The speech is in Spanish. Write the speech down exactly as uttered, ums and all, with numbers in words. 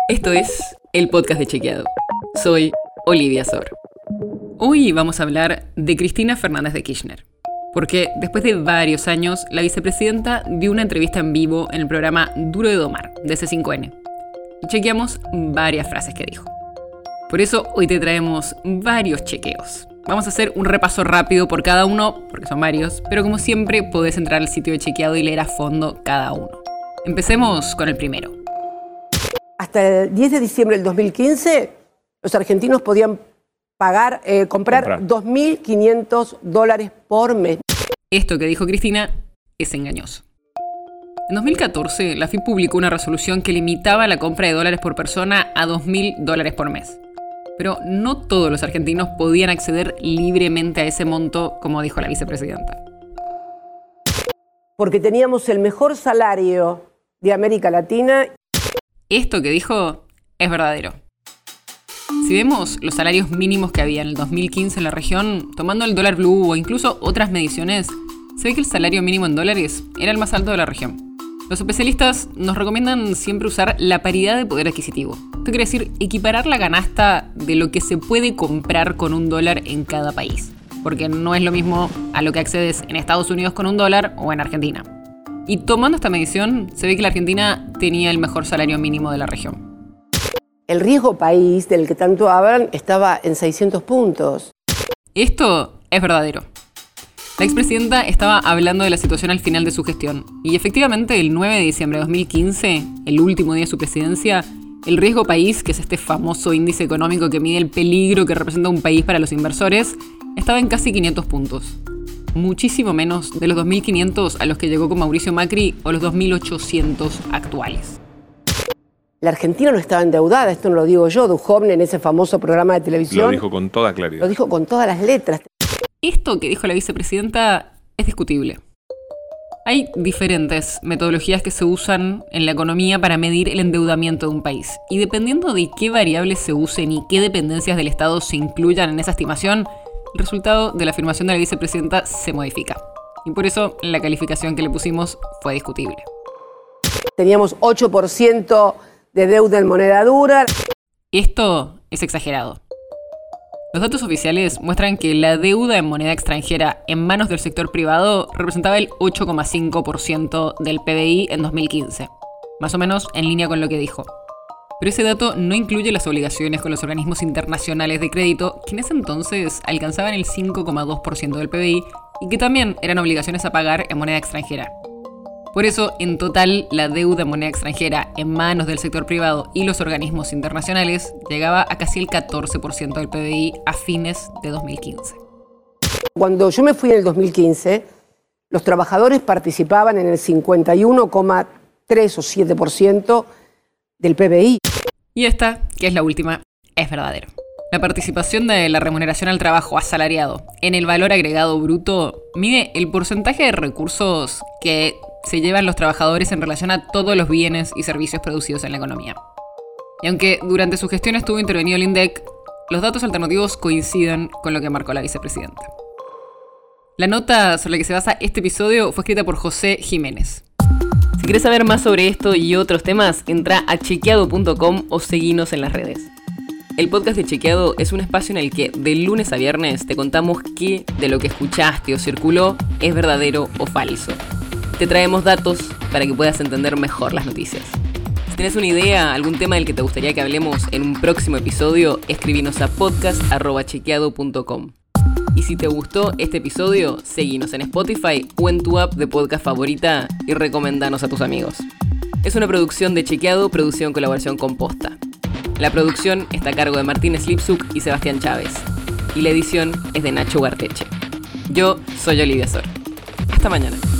Esto es el podcast de Chequeado. Soy Olivia Sor. Hoy vamos a hablar de Cristina Fernández de Kirchner. Porque después de varios años, la vicepresidenta dio una entrevista en vivo en el programa Duro de Domar, de C cinco N. Y chequeamos varias frases que dijo. Por eso hoy te traemos varios chequeos. Vamos a hacer un repaso rápido por cada uno, porque son varios, pero como siempre podés entrar al sitio de Chequeado y leer a fondo cada uno. Empecemos con el primero. Hasta el diez de diciembre del dos mil quince, los argentinos podían pagar, eh, comprar, comprar dos mil quinientos dólares por mes. Esto que dijo Cristina es engañoso. En dos mil catorce, la A F I P publicó una resolución que limitaba la compra de dólares por persona a dos mil dólares por mes. Pero no todos los argentinos podían acceder libremente a ese monto, como dijo la vicepresidenta. Porque teníamos el mejor salario de América Latina. Esto que dijo es verdadero. Si vemos los salarios mínimos que había en el dos mil quince en la región, tomando el dólar blue o incluso otras mediciones, se ve que el salario mínimo en dólares era el más alto de la región. Los especialistas nos recomiendan siempre usar la paridad de poder adquisitivo. Esto quiere decir equiparar la canasta de lo que se puede comprar con un dólar en cada país. Porque no es lo mismo a lo que accedes en Estados Unidos con un dólar o en Argentina. Y tomando esta medición, se ve que la Argentina tenía el mejor salario mínimo de la región. El riesgo país del que tanto hablan estaba en seiscientos puntos. Esto es verdadero. La expresidenta estaba hablando de la situación al final de su gestión. Y efectivamente, el nueve de diciembre de dos mil quince, el último día de su presidencia, el riesgo país, que es este famoso índice económico que mide el peligro que representa un país para los inversores, estaba en casi quinientos puntos. Muchísimo menos de los dos mil quinientos a los que llegó con Mauricio Macri o los dos mil ochocientos actuales. La Argentina no estaba endeudada, esto no lo digo yo, Duhovne en ese famoso programa de televisión. Lo dijo con toda claridad. Lo dijo con todas las letras. Esto que dijo la vicepresidenta es discutible. Hay diferentes metodologías que se usan en la economía para medir el endeudamiento de un país. Y dependiendo de qué variables se usen y qué dependencias del Estado se incluyan en esa estimación, el resultado de la afirmación de la vicepresidenta se modifica. Y por eso la calificación que le pusimos fue discutible. Teníamos ocho por ciento de deuda en moneda dura. Esto es exagerado. Los datos oficiales muestran que la deuda en moneda extranjera en manos del sector privado representaba el ocho coma cinco por ciento del P B I en dos mil quince, más o menos en línea con lo que dijo. Pero ese dato no incluye las obligaciones con los organismos internacionales de crédito, que en ese entonces alcanzaban el cinco coma dos por ciento del P B I y que también eran obligaciones a pagar en moneda extranjera. Por eso, en total, la deuda en moneda extranjera en manos del sector privado y los organismos internacionales llegaba a casi el catorce por ciento del P B I a fines de dos mil quince. Cuando yo me fui en el dos mil quince, los trabajadores participaban en el cincuenta y uno coma tres o siete por ciento del P B I. Y esta, que es la última, es verdadero. La participación de la remuneración al trabajo asalariado en el valor agregado bruto mide el porcentaje de recursos que se llevan los trabajadores en relación a todos los bienes y servicios producidos en la economía. Y aunque durante su gestión estuvo intervenido el INDEC, los datos alternativos coinciden con lo que marcó la vicepresidenta. La nota sobre la que se basa este episodio fue escrita por José Jiménez. Si querés saber más sobre esto y otros temas, entra a chequeado punto com o seguinos en las redes. El podcast de Chequeado es un espacio en el que de lunes a viernes te contamos qué de lo que escuchaste o circuló es verdadero o falso. Te traemos datos para que puedas entender mejor las noticias. Si tenés una idea, algún tema del que te gustaría que hablemos en un próximo episodio, escribinos a podcast arroba chequeado punto com. Y si te gustó este episodio, seguinos en Spotify o en tu app de podcast favorita y recomendanos a tus amigos. Es una producción de Chequeado, producción en colaboración con Posta. La producción está a cargo de Martín Slipsuk y Sebastián Chávez. Y la edición es de Nacho Garteche. Yo soy Olivia Sor. Hasta mañana.